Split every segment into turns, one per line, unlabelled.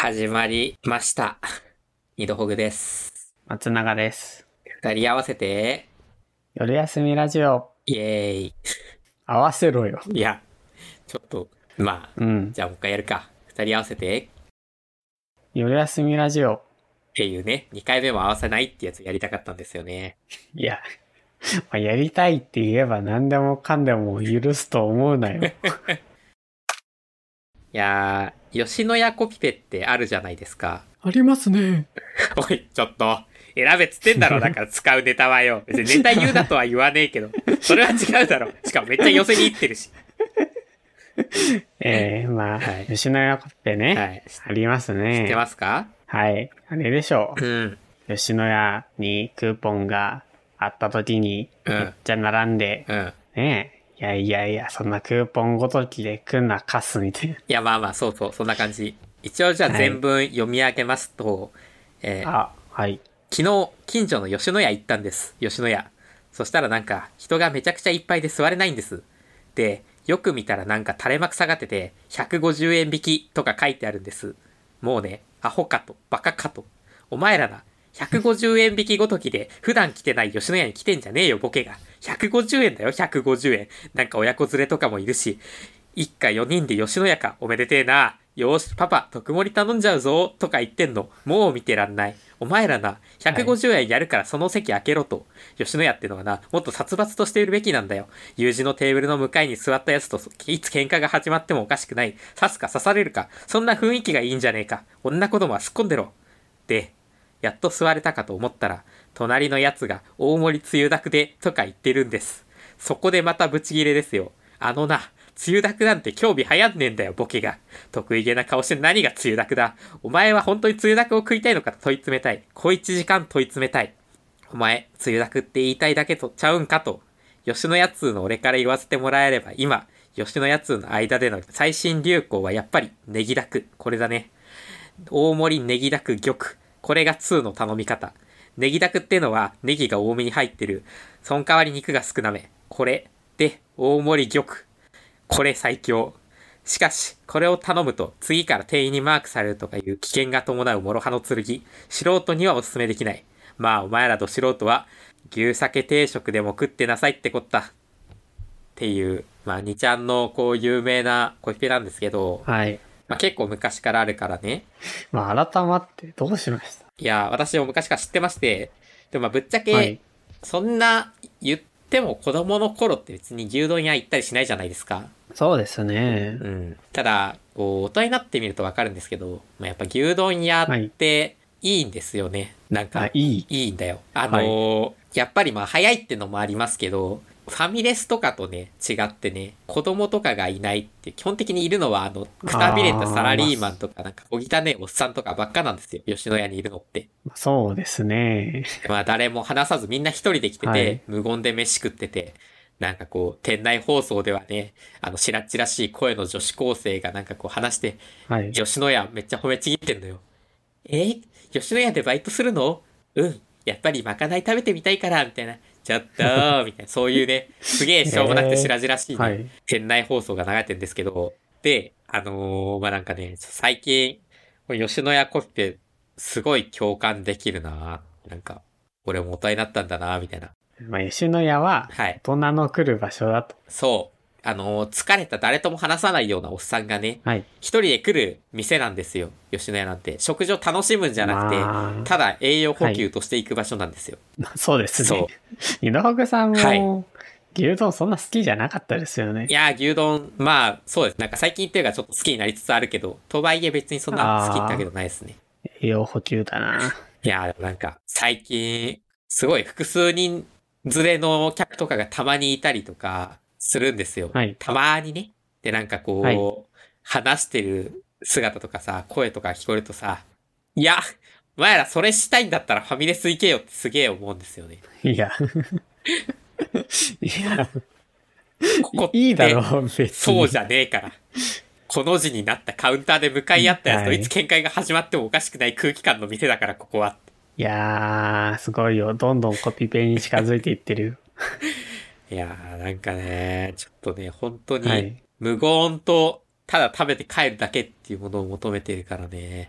始まりました。二度ほぐです。
松永です。
二人合わせて、
夜休みラジオ。
イエーイ。
合わせろよ。
いや、ちょっと、じゃあもう一回やるか。二人合わせて、っ
夜休みラジオ。
ていうね、二回目も合わせないってやつやりたかったんですよね。
いや、やりたいって言えば何でもかんでも許すと思うなよ。
いやー、吉野家コピペってあるじゃないですか。
ありますね。
おい、ちょっと、選べっつってんだろ、だから使うネタはよ。別にネタ言うなとは言わねえけど、それは違うだろ。しかもめっちゃ寄せに行ってるし。はい、
吉野家コピペね。
はい。
ありますね。
知ってますか？
はい。あれでしょう。
うん。
吉野家にクーポンがあった時に、めっちゃ並んで、
うん。
ねえ。いや、そんなクーポンごときで来んなカスみたいな。
いや、そうそう、そんな感じ。一応じゃあ全文読み上げますと、
はい。
昨日、近所の吉野家行ったんです。吉野家。そしたらなんか、人がめちゃくちゃいっぱいで座れないんです。で、よく見たらなんか垂れ幕下がってて、150円引きとか書いてあるんです。もうね、アホかと、バカかと。お前らな、150円引きごときで、普段来てない吉野家に来てんじゃねえよ、ボケが。150円だよ、150円。なんか親子連れとかもいるし、一家4人で吉野家か、おめでてえな。よーし、パパ、特盛り頼んじゃうぞ、とか言ってんの。もう見てらんない。お前らな、150円やるからその席開けろと。吉野家ってのはな、もっと殺伐としているべきなんだよ。友人のテーブルの向かいに座ったやつといつ喧嘩が始まってもおかしくない。刺すか刺されるか。そんな雰囲気がいいんじゃねえか。女子供はすっ込んでろ。で、やっと座れたかと思ったら、隣のやつが大盛りつゆだくでとか言ってるんです。そこでまたブチギレですよ。あのな、つゆだくなんて興味流行んねんだよ、ボケが。得意げな顔して何がつゆだくだ。お前は本当につゆだくを食いたいのかと問い詰めたい。小一時間問い詰めたい。お前、つゆだくって言いたいだけとちゃうんかと。吉野家通の俺から言わせてもらえれば、今、吉野家通の間での最新流行はやっぱりネギだく。これだね。大盛りネギだく玉。これが2の頼み方。ネギだくってのはネギが多めに入ってる。その代わり肉が少なめ。これ。で、大盛り玉。これ最強。しかし、これを頼むと次から店員にマークされるとかいう危険が伴う諸刃の剣。素人にはおすすめできない。まあお前らと素人は牛鮭定食でも食ってなさいってこった。っていう、2ちゃんのこう有名なコピペなんですけど、
はい。
結構昔からあるからね。
改まってどうしました？
いや、私も昔から知ってまして、でもぶっちゃけ、
はい。
そんな言っても子供の頃って別に牛丼屋行ったりしないじゃないですか。
そうですね。
うん。ただ、こう、大人になってみるとわかるんですけど、やっぱ牛丼屋っ
はい。
ていいんですよね。なんか、
いい。
いいんだよ。
はい。
やっぱり早いってのもありますけど、ファミレスとかとね、違ってね、子供とかがいないって、基本的にいるのは、くたびれたサラリーマンとか、なんか、小汚ねえおっさんとかばっかなんですよ。吉野家にいるのって。
そうですね。
誰も話さずみんな一人で来て
はい。
て、無言で飯食ってて、なんかこう、店内放送ではね、しらっちらしい声の女子高生がなんかこう話して、
はい。
吉野家めっちゃ褒めちぎってんのよ。吉野家でバイトするの？うん。やっぱりまかない食べてみたいから、みたいな。ちょっとみたいな。そういうね、すげえしょうもなくて白々しいね、
はい。
店内放送が流れてるんですけど、で、なんかね、最近、吉野家コピペ、すごい共感できるな。なんか、俺も大人になったんだな、みたいな。
吉野家は
はい。
大人の来る場所だと。
そう。疲れた誰とも話さないようなおっさんがね、
はい。
一人で来る店なんですよ。吉野家なんて。食事を楽しむんじゃなくて、ただ栄養補
はい。
給として行く場所なんですよ。
そうですね。
そう。
井ノ北さん
はい。
も牛丼そんな好きじゃなかったですよね。
いやー、牛丼、そうです。なんか最近っていうかちょっと好きになりつつあるけど、とはいえ別にそんな好きってわけ
あ
じゃないですね。
栄養補給だな。
いやー、でもなんか、最近、すごい複数人連れの客とかがたまにいたりとかするんですよ。
はい。
たまにね。で、なんか
はい。
こう、話してる姿とかさ、声とか聞こえるとさ、いや、お前らそれしたいんだったらファミレス行けよってすげえ思うんですよね。
いや。いや、
ここ
いい
って、
だろう、別に。
そうじゃねえから。この字になったカウンターで向かい合ったやつといつ
はい。
見解が始まってもおかしくない空気感の店だからここは。
いやー、すごいよ。どんどんコピペに近づいていってる。
いやー、なんかね、ちょっとね、本当に
はい。
無言とただ食べて帰るだけっていうものを求めてるからね。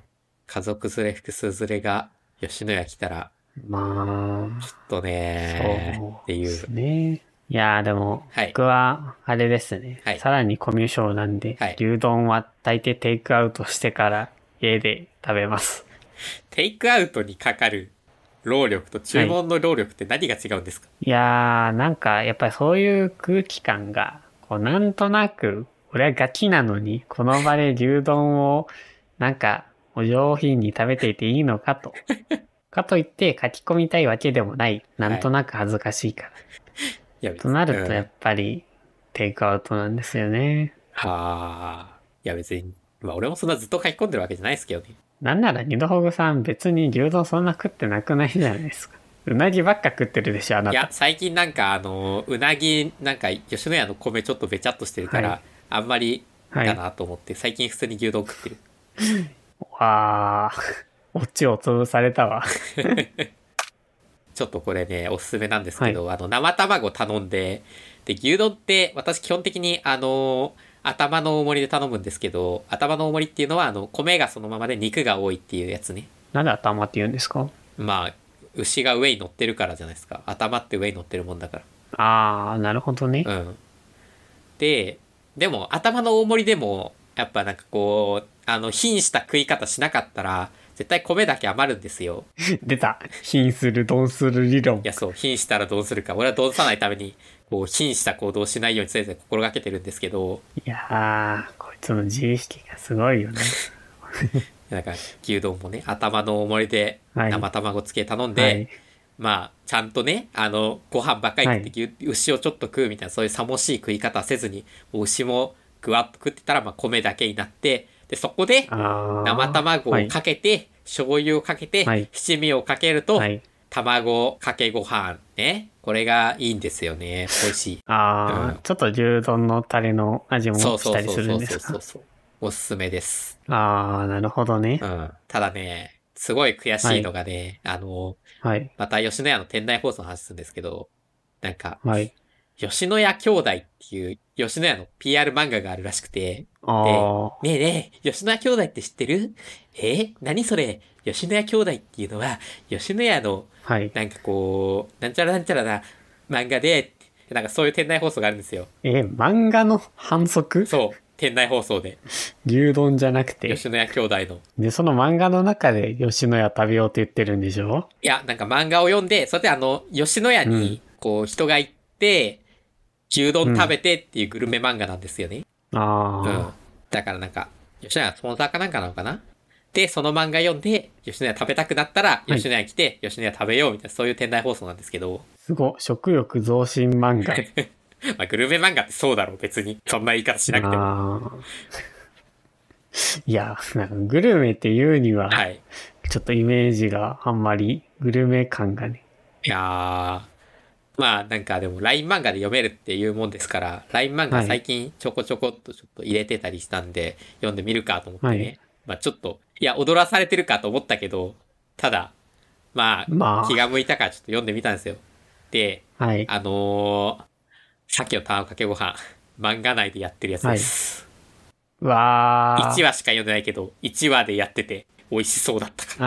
家族連れ、複数連れが吉野家来たら、
まあ、
ちょっとねってい
そうです
う。
ね。いやーでも、
はい
僕は、あれですね。
はい
さらにコミュ障なんで、
はい
牛丼は大抵テイクアウトしてから家で食べます。
テイクアウトにかかる労力と注文の労力って何が違うんですか？
いやー、なんか、やっぱりそういう空気感が、こう、なんとなく、俺はガキなのに、この場で牛丼を、なんか、お上品に食べていていいのかと。かといって書き込みたいわけでもない。なんとなく恥ずかしいから。
いや、
となると、やっぱり、テイクアウトなんですよね。
はあ。いや別に、まあ俺もそんなずっと書き込んでるわけじゃないですけどね。
なんなら、二度ほぐさん別に牛丼そんな食ってなくないじゃないですか。うなぎばっか食ってるでしょ、あない
や、
た。
最近なんかうなぎ、なんか吉野家の米ちょっとべちゃっとしてるから、
はい
あんまり
はい
だなと思って、最近普通に牛丼食ってる。
わー、オチを潰されたわ。
ちょっとこれね、おすすめなんですけど、生卵頼んで、で、牛丼って私基本的に頭の大盛りで頼むんですけど、頭の大盛りっていうのは米がそのままで肉が多いっていうやつね。
なんで頭って言うんですか？
まあ、牛が上に乗ってるからじゃないですか。頭って上に乗ってるもんだか
なるほどね。
ら。うん。でも、頭の大盛りでも、やっぱなんかこう、品した食い方しなかったら、絶対米だけ余るんですよ。
出た。貧する、鈍する理論
い。や、そう、品したらどうするか。俺はどうさないために、こう、品した行動をしないように常々心がけてるんですけど、
いやー、こいつの自意識がすごいよね。
なんか、牛丼もね、頭の大盛りで
はい
生卵つけ頼んで、
はい。
まあ、ちゃんとね、ご飯ばっかり食って、牛をちょっと食うみたいな、そういうさもしい食い方はせずに、もう牛もぐわっと食ってたら、まあ、米だけになって、で、そこで、生卵をかけて、醤油をかけて、
はい、
七味をかけると、
はい。
卵かけご飯ね。これがいいんですよね。美味しい。
ちょっと牛丼のタレの味も
そう
したりす
そうそうそう
るんですか？
そうそう。おすすめです。
なるほどね。
ただね、すごい悔しいのがね、
はい。
また吉野家の店内放送の話するんですけど、なんか、
はい。
吉野家兄弟っていう吉野家の PR 漫画があるらしくて、で、ねえねえ、吉野家兄弟って知ってる？何それ？吉野家兄弟っていうのは、吉野家の、
はい。
なんかこう、なんちゃらなんちゃらな漫画で、なんかそういう店内放送があるんですよ。
漫画の反則？
そう、店内放送で。
牛丼じゃなくて。
吉野家兄弟の。
で、その漫画の中で吉野家食べようって言ってるんでしょ？
いや、なんか漫画を読んで、それで吉野家に、こう、人が行って、牛丼食べてっていうグルメ漫画なんですよね。だからなんか、吉野家スポンサーかなんかなのかな？で、その漫画読んで、吉野家食べたくなったら、吉野家来て、吉野家食べようみたいな、そういう店内放送なんですけど。
すご、食欲増進漫画。
まあ、グルメ漫画ってそうだろう、別に。そんな言い方しなくても。
いや、なんかグルメっていうには、
はい。
ちょっとイメージがあんまりグルメ感がね。
いやー、まあなんかでも LINE 漫画で読めるっていうもんですから、LINE 漫画最近ちょこちょこっとちょっと入れてたりしたんで、読んでみるかと思ってね。はい、まあちょっと、いや、踊らされてるかと思ったけど、ただ、まあ、気が向いたからちょっと読んでみたんですよ。で、
はい、
鮭の卵かけご飯、漫画内でやってるやつです。
はい、
1話しか読んでないけど、1話でやってて美味しそうだったから。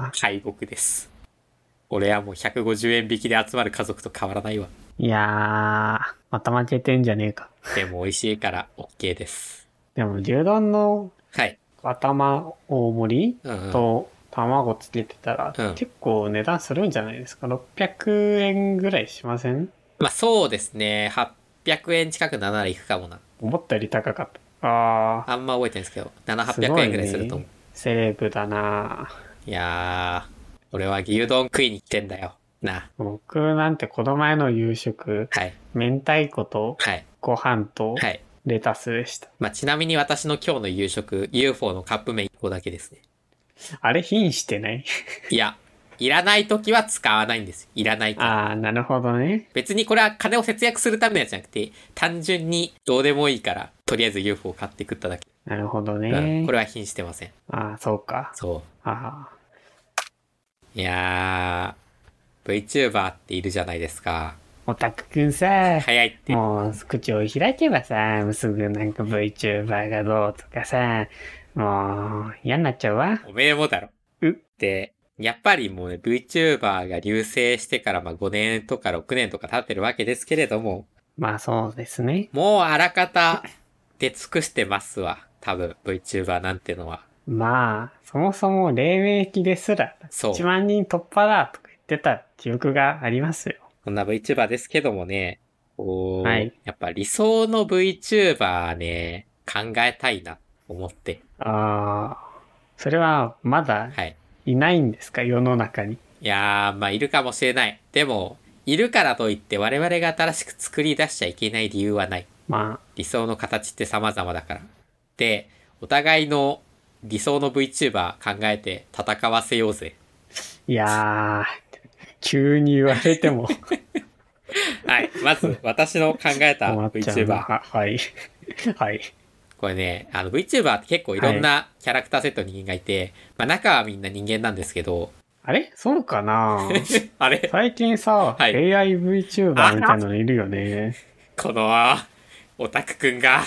敗北です。俺はもう150円引きで集まる家族と変わらないわ。
いやー、また負けてんじゃねえか。
でも美味しいから OK です。
でも牛丼の頭大盛りと卵つけてたら、結構値段するんじゃないですか。600円ぐらいしません？
まあそうですね。800円近くならいくかもな。
思ったより高かった。
あんま覚えてないんですけど、7、800円ぐらいすると思う。
セレブだな。
いやー。俺は牛丼食いに来てんだよ。な。
僕なんてこの前の夕食、明太子とご飯とレタスでした。
まあ、ちなみに私の今日の夕食、UFO のカップ麺1個だけですね。
あれ品してない？
いや、いらない時は使わないんですよ。いらないから。
なるほどね。
別にこれは金を節約するためのやつじゃなくて、単純にどうでもいいから、とりあえず UFO を買って食っただけ。
なるほどね。
これは品してません。
そうか。
そう。いやー、VTuber っているじゃないですか。
オタクくんさ、
早いって。
もう口を開けばさ、もうすぐなんか VTuber がどうとかさ、 嫌になっちゃうわ。
おめえもだろ。
う
で、やっぱりもうね、VTuber が流星してから5年とか6年とか経ってるわけですけれども、
まあそうですね。
もうあらかた出尽くしてますわ。多分 VTuber なんてのは。
まあ、そもそも黎明期ですら、
そう
1万人突破だとか言ってた記憶がありますよ。
こんな VTuber ですけどもね、
はい。
やっぱ理想の VTuber ね、考えたいな、思って。
それはまだ
はい。
いないんですか、世の中に。
いやー、いるかもしれない。でも、いるからといって我々が新しく作り出しちゃいけない理由はない。
ま
理想の形って様々だから。で、お互いの理想の VTuber 考えて戦わせようぜ。
いやー、急に言われても
はい。まず、私の考えた
困っちゃうな。
VTuber。
はい。はい。
これね、VTuber って結構いろんなキャラクターセットに人間がいて、中はみんな人間なんですけど、
あれそうかな
あれ
最近さ、
はい
AI VTuber みたいなのいるよね。
この、オタクくんが、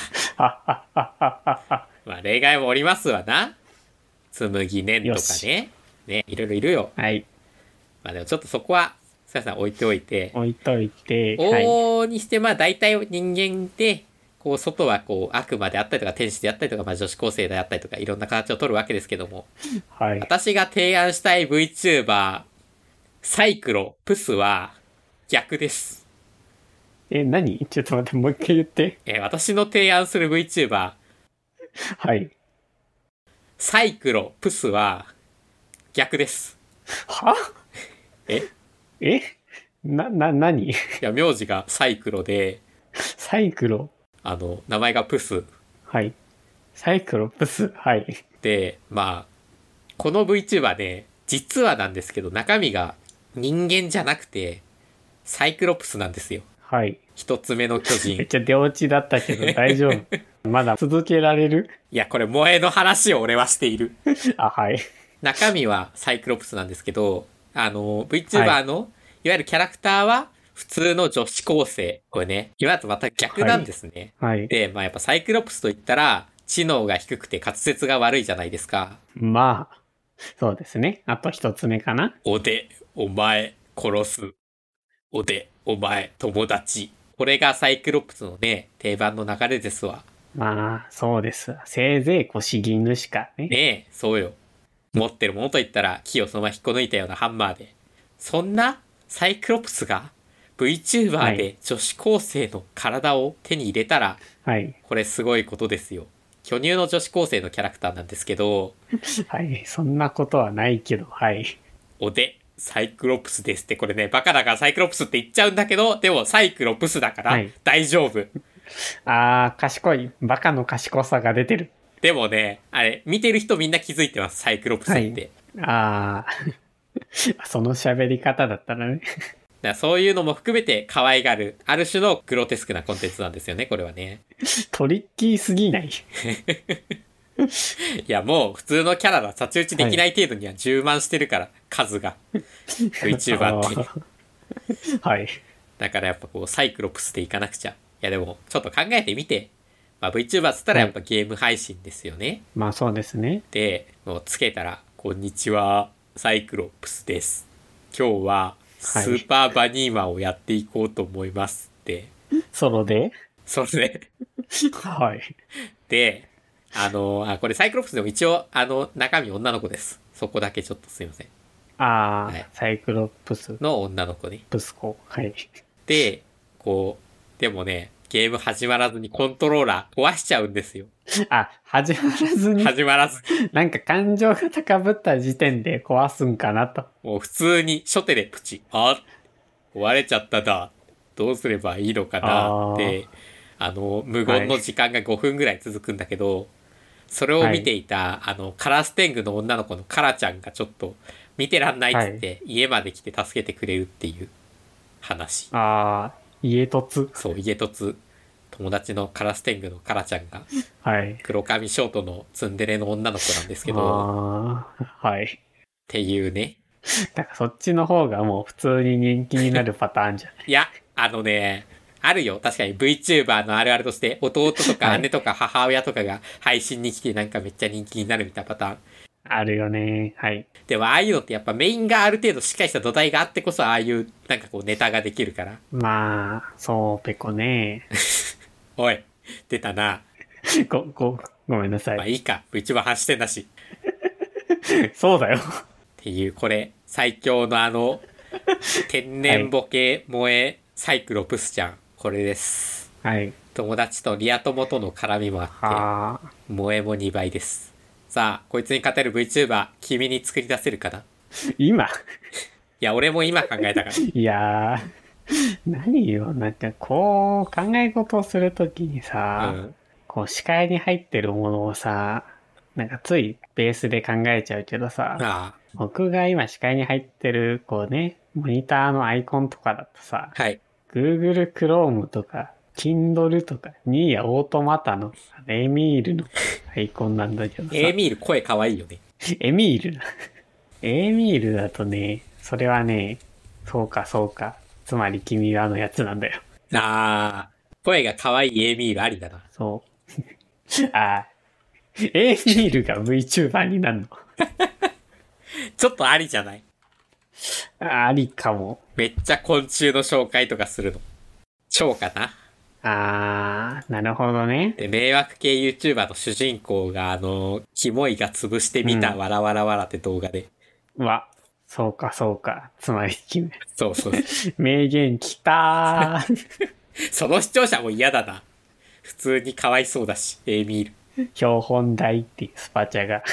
例外もおりますわな。つむぎねんとか
よし。
ね。ね、いろいろいるよ。
はい。
でもちょっとそこは、すいません、置いておいて、
置いといて、はい。
往々にして大体人間で、外は悪魔であったりとか天使であったりとか、女子高生であったりとか、いろんな形を取るわけですけども、
はい。
私が提案したい VTuber、サイクロ、プスは、逆です。
何ちょっと待って、もう一回言って。
私の提案する VTuber、
はい。
サイクロ、プスは、逆です。
は
え
え何
いや、名字がサイクロで、
サイクロ。
名前がプス
はい。サイクロプス。はい。
で、この VTuber ね、実はなんですけど、中身が人間じゃなくて、サイクロプスなんですよ。
はい。
一つ目の巨人。
めっちゃ出落ちだったけど大丈夫。まだ続けられる
いや、これ萌えの話を俺はしている。
はい。
中身はサイクロプスなんですけど、VTuber の、いわゆるキャラクターは、普通の女子高生。これね、今とまた逆なんですね。
はい。
で、やっぱサイクロプスといったら、知能が低くて滑舌が悪いじゃないですか。
まあ、そうですね。あと一つ目かな。
おで、お前、殺す。おで、お前、友達。これがサイクロプスのね、定番の流れですわ。
まあ、そうです。せいぜい腰絹しかね。
ねえ、そうよ。持ってるものといったら木をそのまま引っこ抜いたようなハンマーで。そんなサイクロプスが VTuber で女子高生の体を手に入れたら、
はい。
これすごいことですよ。巨乳の女子高生のキャラクターなんですけど、
はい。そんなことはないけど、はい。
おで、サイクロプスですって、これね、バカだからサイクロプスって言っちゃうんだけど、でもサイクロプスだから
はい
大丈夫。
賢い。バカの賢さが出てる。
でもね、あれ、見てる人みんな気づいてます、サイクロプスって。
ああ、その喋り方だったらね。
だからそういうのも含めて可愛がる、ある種のグロテスクなコンテンツなんですよね、これはね。
トリッキーすぎない。
いや、もう普通のキャラが太刀打ちできない程度には充満してるから、数が。VTuber って。
はい。
だからやっぱサイクロプスでいかなくちゃ。いやでも、ちょっと考えてみて。VTuber っつったらやっぱゲーム配信ですよね。
まあそうですね。
で、もうつけたら、こんにちは、サイクロプスです。今日は、スーパーバニーマンをやっていこうと思いますって。
ソロで
それで、
はい。
で、これサイクロプスでも一応、中身女の子です。そこだけちょっとすいません。はい、
サイクロプス。
の女の子ね。
プスコ。はい。
で、でもね、ゲーム始まらずにコントローラー壊しちゃうんですよ。
始まらずに。
始まらずに。
なんか感情が高ぶった時点で壊すんかなと。
もう普通に初手でプチ。壊れちゃっただ。どうすればいいのかなって、無言の時間が5分ぐらい続くんだけど、それを見ていた、カラステングの女の子のカラちゃんがちょっと見てらんないっつって、家まで来て助けてくれるっていう話。
家凸。
そう、家凸。友達のカラステングのカラちゃんが、
はい。
黒髪ショートのツンデレの女の子なんですけど、
はい。
っていうね。
だからそっちの方がもう普通に人気になるパターンじゃない。
いや、 あるよ。確かに VTuber のあるあるとして、弟とか姉とか母親とかが配信に来てなんかめっちゃ人気になるみたいなパターン。
あるよね。はい。
でもああいうのってやっぱメインがある程度しっかりした土台があってこそああいうなんかこうネタができるから。
まあ、そう、ペコね。
おい、出たな。
ごめんなさい。
まあいいか。VTuber 発してんだし。
そうだよ。
っていう、これ、最強の天然ボケ萌えサイクロプスちゃん。これです。
はい。
友達とリア友との絡みもあって、
ああ。
萌えも2倍です。さあ、こいつに勝てる VTuber、君に作り出せるかな？
今
いや、俺も今考えたから。
いやー、何よ。なんかこう、考え事をするときにさ、こう視界に入ってるものをさ、なんかついベースで考えちゃうけどさ、
ああ、
僕が今視界に入ってる、こうね、モニターのアイコンとかだとさ、
はい。
Google Chrome とか、Kindle とか、ニーヤオートマタのエミールのアイコンなんだけどさ。
エーミール声可愛いよね。
エミールエミールだとね、それはね、そうかそうか。つまり君はあのやつなんだよ。
ああ、声が可愛いエーミールありだな。
そう。ああ、エミールが VTuber になるの。
ちょっとありじゃない？
ありかも。
めっちゃ昆虫の紹介とかするの。超かな。
なるほどね。
で、迷惑系 YouTuber の主人公がキモいが潰してみた、わらわらわらって動画で。
そうかそうか。つまり君。
そうそう。
名言きたー。
その視聴者も嫌だな。普通にかわいそうだし、エーミール。
標本台っていうスパチャが。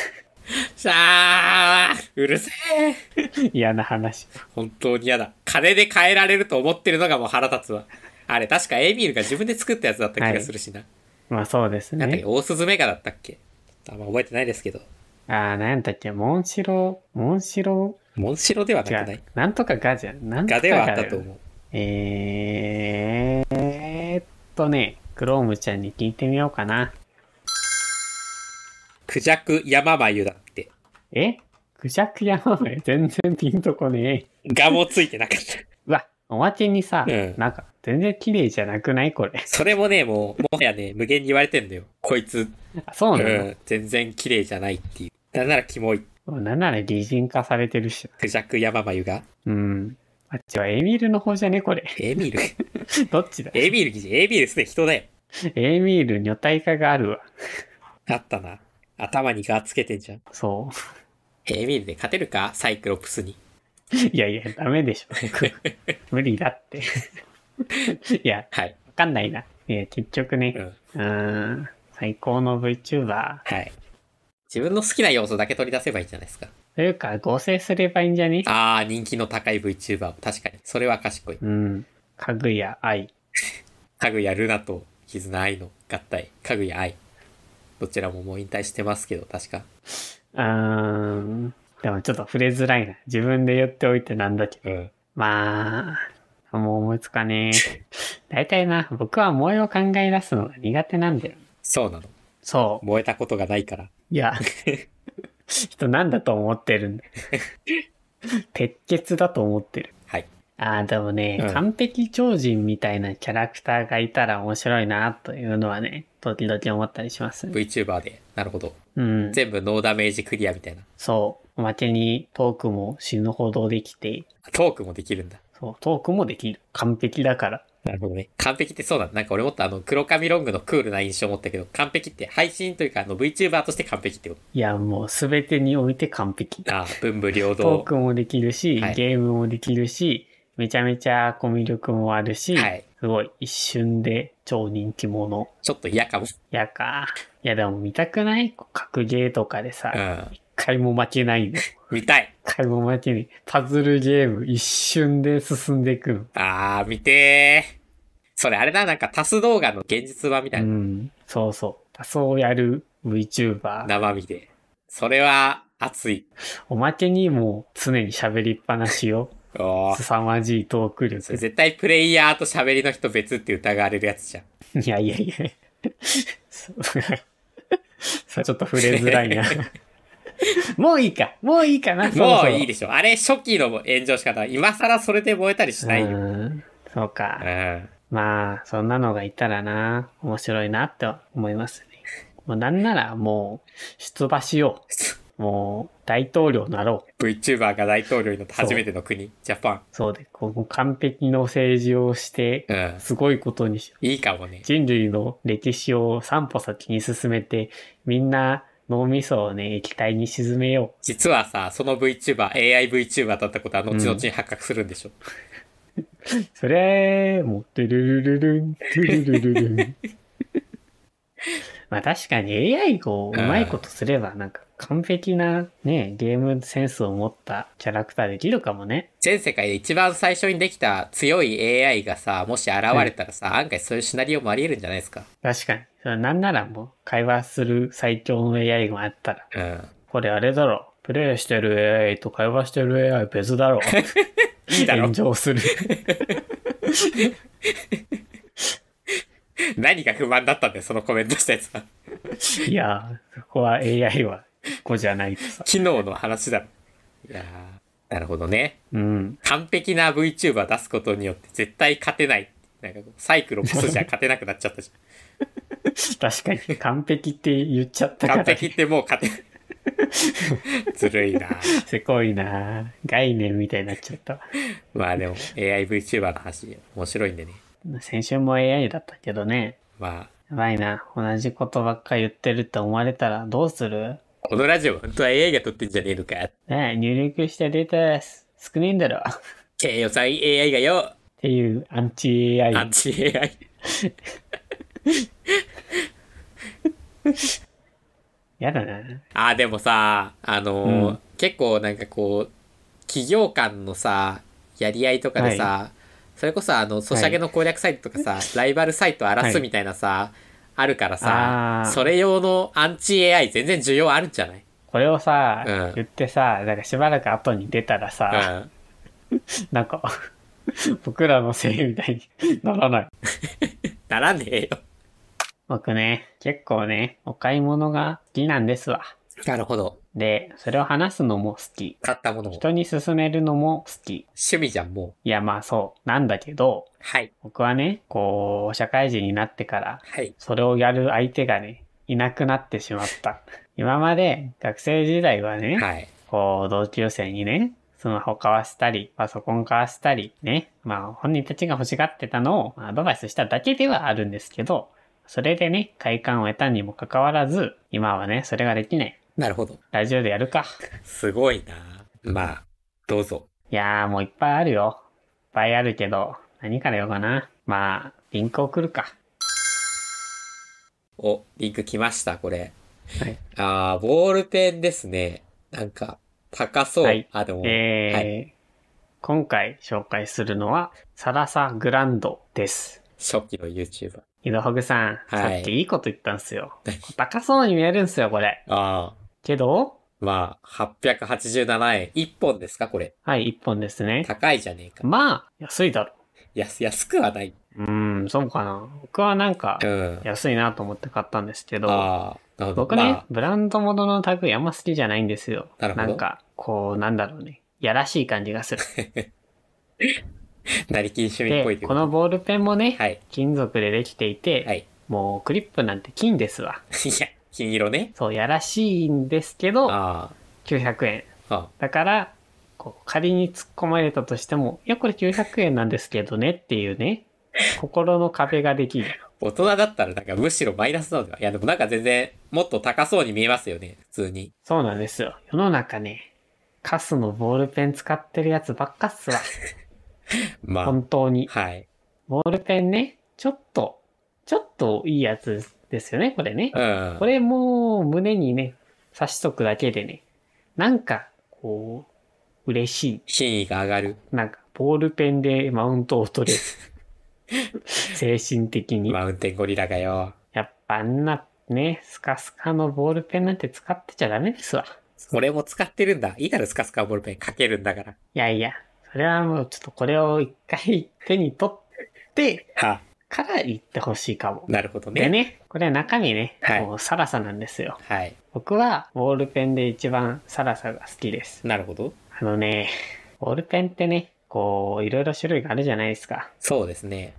うるせえ。
嫌な話。
本当に嫌だ。金で変えられると思ってるのがもう腹立つわ。あれ、確かエーミールが自分で作ったやつだった気がするしな。はい、
まあそうですね。
なんだっけ、オオスズメガだったっけ？あんま覚えてないですけど。
なんだっけ、モンシロで
はなくない？
なんとかガじゃん。なんとか
ガではあったと思う。
クロームちゃんに聞いてみようかな。
クジャク山眉だって。
クジャク山眉全然ピンとこね
え。ガもついてなかった。
うわ、おまけにさ、なんか全然綺麗じゃなくないこれ。
それもね、もはやね、無限に言われてんだよ。こいつ。
そうなの？
全然綺麗じゃないっていう。なんならキモい。
なんなら擬人化されてるし。
クジャク山眉が。
あっちはエミールの方じゃねこれ。
エミール
どっちだ？
エミールすでに人だよ。
エミール女体化があるわ。
あったな。頭にガーつけてんじゃん。
そう。
エミールで勝てるか？サイクロプスに。
いや、ダメでしょ。無理だって。いや、わかんないな。いや、結局ね。最高の VTuber。
はい。自分の好きな要素だけ取り出せばいいんじゃないですか。
というか、合成すればいいんじゃね？
人気の高い VTuber。確かに。それは賢い。
かぐや愛。
かぐやルナと絆愛の合体。かぐや愛。どちらももう引退してますけど、確か。
でもちょっと触れづらいな。自分で言っておいてなんだけど。まあ、もう思いつかねえ。大体な、僕は萌えを考え出すのが苦手なんだよ。
そうなの？
そう。
燃えたことがないから。
いや、人なんだと思ってるんだ。鉄血だと思ってる。
はい。
でもね、完璧超人みたいなキャラクターがいたら面白いなというのはね、時々思ったりしますね。
VTuber で。なるほど。全部ノーダメージクリアみたいな。
そう。おまけにトークも死ぬほどできて。
トークもできるんだ。
そう、トークもできる。完璧だから。
なるほどね。完璧ってそうだ。なんか俺もっと黒髪ロングのクールな印象を持ったけど、完璧って配信というかVTuber として完璧ってこと？
いや、もうすべてにおいて完璧。
文武両道。
トークもできるし、ゲームもできるし、めちゃめちゃコミュ力もあるし、すごい一瞬で超人気者。
ちょっと嫌かも。
嫌か。いやでも見たくない？格ゲーとかでさ、一回も負けないの。
見たい。
一回も負けない。パズルゲーム一瞬で進んでいくの。
見てー。それあれだ、なんかタス動画の現実版みたいな。
そうそう。タスをやる VTuber。
生身で。それは熱い。
おまけにも常に喋りっぱなしよ。凄まじいトーク力。
それ絶対プレイヤーと喋りの人別って疑われるやつじゃん。
いや。それちょっと触れづらいな。もういいかな。
もういいでしょ。あれ初期の炎上仕方。今更それで燃えたりしないよ。
そうか。 まあ、そんなのがいたらな、面白いなって思いますね。もうなんならもう、出馬しよう。もう、大統領になろう。
VTuber が大統領になった初めての国、ジャパン。
そうで、こう完璧の政治をして
う、ん。
すごいことにしよう。
いいかもね。
人類の歴史を3歩先に進めて、みんな脳みそをね、液体に沈めよ
実はさ、その AI VTuber だったことは後々に発覚するんでしょ。
う。それ、もう、トゥルルルルン、トゥルルルルン。まあ確かに AI をうまいことすれば、なんか完璧なね、ゲームセンスを持ったキャラクターできるかもね。
全世界で一番最初にできた強い AI がさ、もし現れたらさ、案外そういうシナリオもあり得るんじゃないですか。
確かに。それなんならもう、会話する最強の AI があったら、
うん。
これあれだろ。プレイしてる AI と会話してる AI 別だろ。
いいだろ
炎。上する。
何が不満だったんだよ、そのコメントしたやつは。
いやー、そこは AI は1個じゃないとさ。
機能の話だろ。いやー、なるほどね。
うん。
完璧な VTuber 出すことによって絶対勝てない。なんかこうサイクロプスじゃ勝てなくなっちゃったじ
確かに、完璧って言っちゃった
ゃん。
から、
完璧ってもう勝てない。ずるいな。
せこいな概念みたいになっちゃったわ。
まあでも AI VTuber の話面白いんでね。
先週も AI だったけどね。
まあ、
やばいな。同じことばっか言ってるって思われたらどうする？
このラジオ本当は AI が撮ってんじゃねえのか。
ねえ、入力したデータ少ねえんだろ。っ
低予算 AI がよ。
ていうアンチ AI。
アンチ AI。
やだな。
あ、でもさ、結構なんかこう、企業間のさ、やり合いとかでさ、それこそソシャゲの攻略サイトとかさ、ライバルサイト荒らすみたいなさ、あるからさ、それ用のアンチ AI 全然需要あるんじゃない？
これをさ、
うん
言ってさ、なんかしばらく後に出たら
う
さ、
ん。
なんか、僕らのせいみたいにならない。
ならねえよ。
僕ね、結構ね、お買い物が好きなんですわ。
なるほど。
で、それを話すのも好き。
買ったものを。
人に勧めるのも好き。
趣味じゃん、もう。
いや、まあそう。なんだけど、
はい。
僕はね、こう、社会人になってから、
はい。
それをやる相手がね、いなくなってしまった。今まで学生時代はね、
はい。
こう、同級生にね、スマホ買わせたり、パソコン買わせたり、ね、まあ本人たちが欲しがってたのをアドバイスしただけではあるんですけど、それでね、快感を得たにもかかわらず、今はね、それができない。
なるほど。
ラジオでやるか。
すごいな。まあ、どうぞ。
いやーもういっぱいあるよ。いっぱいあるけど、何から言おうかな。まあ、リンク送るか。
お、リンク来ました、これ。
はい。
ボールペンですね。なんか、高そう。
はい。
でも、はい。
今回紹介するのは、サラサグランドです。
初期の YouTuber。
井戸ホグさん、
はい
さっきいいこと言ったんすよ。高そうに見えるんすよ、これ。
ああ、
けど、
まあ、887円。1本ですか、これ。
はい、一本ですね。
高いじゃねえか。
まあ、安いだろ。
安くはない。
そうかな。僕はなんか
う、ん。
安いなと思って買ったんですけど、
ああ、なるほど。
僕ね、
まあ、
ブランド物の類あんま好きじゃないんですよ。
なるほど
なんか、こう、なんだろうね。やらしい感じがする。
成金趣味っぽい
で、
ということ
このボールペンもね、
はい。
金属でできていて、
はい。
もうクリップなんて金ですわ。
いや、金色ね。
そう、やらしいんですけど、
あ
900円。
あ、あ
だから、こう仮に突っ込まれたとしても、いや、これ900円なんですけどねっていうね、心の壁ができる。
大人だったらなんかむしろマイナスなのでは。いや、でもなんか全然、もっと高そうに見えますよね、普通に。
そうなんですよ。世の中ね、カスのボールペン使ってるやつばっかっすわ。
まあ、
本当に。
はい。
ボールペンね、ちょっといいやつですよね、これね。
うん。
これもう胸にね、刺しとくだけでね、なんか、こう、嬉しい。
品位が上がる。
なんか、ボールペンでマウントを取れる。精神的に。
マウンテンゴリラがよ。
やっぱあんなね、スカスカのボールペンなんて使ってちゃダメですわ。
俺も使ってるんだ。いいだろ、スカスカボールペンかけるんだから。
いやいや、それはもうちょっとこれを一回手に取って
は
から言ってほしいかも。
なるほどね。
でね、これ中身ね、
はい
もうサラサなんですよ。
はい。
僕はボールペンで一番サラサが好きです。
なるほど。
あのね、ボールペンってね、こう、いろいろ種類があるじゃないですか。
そうですね。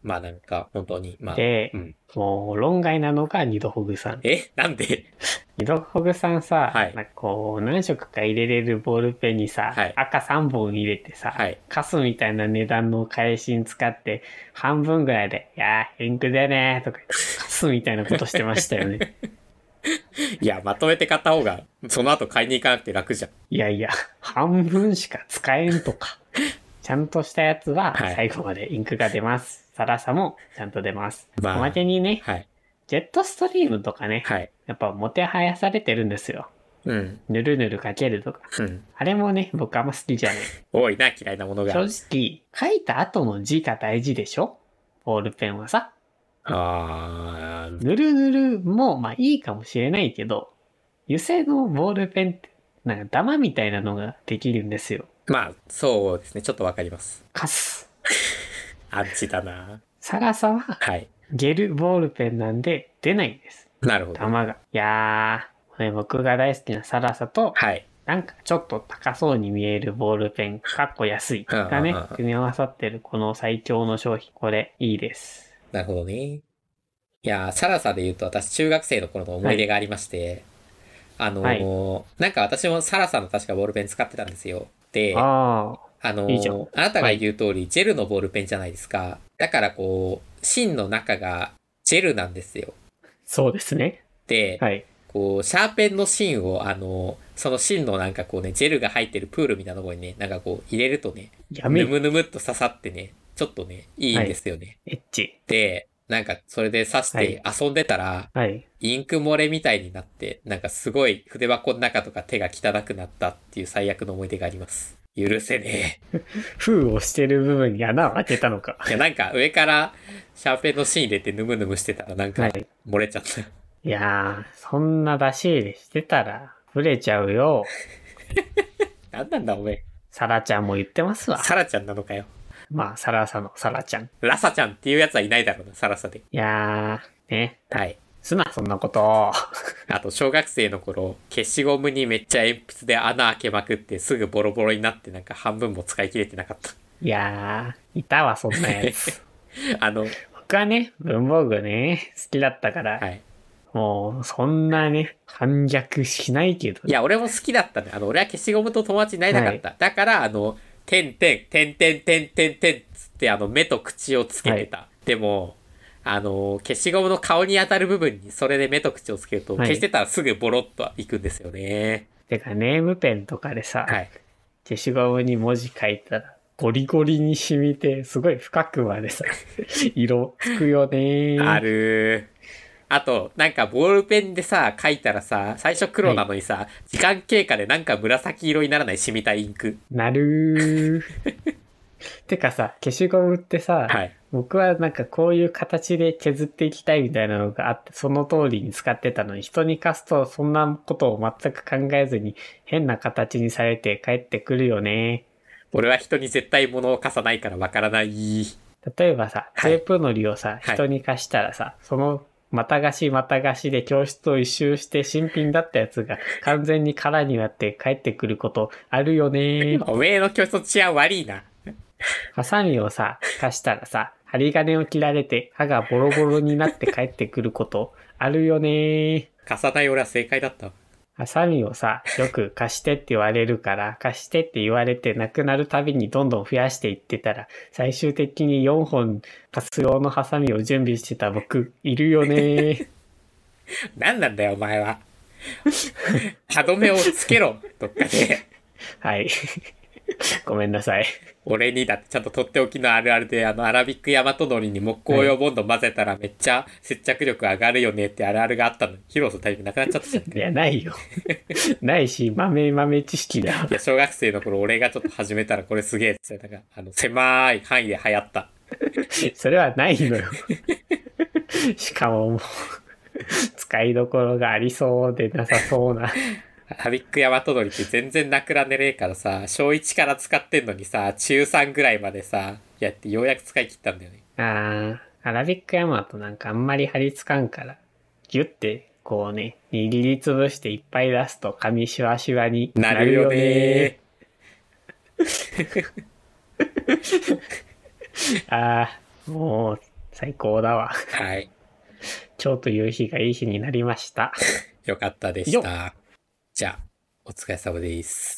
まあなんか、本当に、まあ。
で、
うん。
もう論外なのが二度ほぐさん。
なんで？
二度ほぐさんさ、
はい
なんかこう、何色か入れれるボールペンにさ、
はい
赤3本入れてさ、
はい
カスみたいな値段の返しに使って、半分ぐらいで、いやー、インクだよねーとか言って、カスみたいなことしてましたよね。
いや、まとめて買った方が、その後買いに行かなくて楽じゃん。
いやいや、半分しか使えんとか。ちゃんとしたやつは
はい
最後までインクが出ます。サラさもちゃんと出ます。
まあ
おまけにね、
はい。
ジェットストリームとかね、
はい。
やっぱもてはやされてるんですよ。
うん。
ぬるぬるかけるとか。
うん。
あれもね、僕あんま好きじゃない。
多いな、嫌いなものが。
正直、書いた後の字が大事でしょ？ボールペンはさ。ぬるぬるもまあいいかもしれないけど、油性のボールペンってなんかダマみたいなのができるんですよ。
まあ、そうですね。ちょっとわかります。
カス。
アンチだな。
サラサは
はい。
ゲルボールペンなんで出ないんです。
なるほど。
玉が。いやー、ね、僕が大好きなサラサと、
はい。
なんかちょっと高そうに見えるボールペン、かっこ安いがね
うんうんうん、
組み合わさってるこの最強の商品。これ、いいです。
なるほどね。いやー、サラサで言うと私中学生の頃の思い出がありまして、なんか私もサラサの確かボールペン使ってたんですよ。で、
あいいじゃん
あなたが言う通り、ジェルのボールペンじゃないですか。だからこう、芯の中がジェルなんですよ。
そうですね。
で、
はい。
こう、シャーペンの芯を、その芯のなんかこうね、ジェルが入ってるプールみたいなところにね、なんかこう、入れるとね、
やめ
ぬむぬむっと刺さってね、ちょっとね、いいんですよね。
エッチ。
で、なんかそれで刺して遊んでたら、
はい。
インク漏れみたいになって、なんかすごい筆箱の中とか手が汚くなったっていう最悪の思い出があります。許せね
封をしてる部分に穴を開けたのか。
え。いや、なんか上からシャーペンの芯入れてヌムヌムしてたらなんか
はい
漏れちゃった。
いやー、そんな出し入れしてたら、ブレちゃうよ。
なんなんだおめえ。
サラちゃんも言ってますわ。
サラちゃんなのかよ。
まあ、サラサのサラちゃん。い
ラサちゃんっていうやつはいないだろうな、サラサで。
やー、ね。
はい。
すな、そんなこと。
あと、小学生の頃、消しゴムにめっちゃ鉛筆で穴開けまくってすぐボロボロになってなんか半分も使い切れてなかった。
いやー、いたわ、そんなやつ。僕はね、文房具ね、好きだったから、
はい。
もう、そんなね、反逆しないけど、
いや、俺も好きだったね。俺は消しゴムと友達になりたかった。だから、てんてん、てんてんてんてんてんつって目と口をつけてた。でも、消しゴムの顔に当たる部分にそれで目と口をつけると、消してたらすぐボロッといくんですよね。
てか、ネームペンとかでさ、
はい。
消しゴムに文字書いたら、ゴリゴリに染みて、すごい深くまでさ、色つくよね
あるー。あと、なんかボールペンでさ、書いたらさ、最初黒なのにさ、時間経過でなんか紫色にならない染みたインク。
なるー。てかさ、消しゴムってさ、
はい。
僕はなんかこういう形で削っていきたいみたいなのがあって、その通りに使ってたのに、人に貸すとそんなことを全く考えずに変な形にされて帰ってくるよね。
俺は人に絶対物を貸さないからわからない。
例えばさ、
はい
テープのりをさ、
はい
人に貸したらさ、そのまた貸しまた貸しで教室を一周して新品だったやつが完全に空になって帰ってくることあるよね。
おめえの教室の治安悪いな。
ハサミをさ、貸したらさ、針金を切られて歯がボロボロになって帰ってくることあるよね。
貸さない俺は正解だった。
ハサミをさ、よく貸してって言われるから、貸してって言われてなくなるたびにどんどん増やしていってたら、最終的に4本貸す用のハサミを準備してた僕、いるよね。
何なんだよお前は。歯止めをつけろ、どっかで。
はい。ごめんなさい。
俺にだってちゃんととっておきのあるあるで、アラビックヤマトノリに木工用ボンド混ぜたらめっちゃ接着力上がるよねってあるあるがあったのに、披露するタイミングなくなっちゃったじゃん。
いや、ないよ。ないし、豆知識だわ
い。や、小学生の頃俺がちょっと始めたらこれすげえってなんか、狭い範囲で流行った。
それはないのよ。しかももう、使いどころがありそうでなさそうな。
アラビックヤマトノリって全然なくらねれえからさ、小1から使ってんのにさ、中3ぐらいまでさ、やってようやく使い切ったんだよね。
アラビックヤマトなんかあんまり張り付かんから、ギュってこうね、握りつぶしていっぱい出すと紙シワシワに
なるよね
もう、 最高だわ。
はい。
蝶という日がいい日になりました。
よかったでした。じゃあ、お疲れ様です。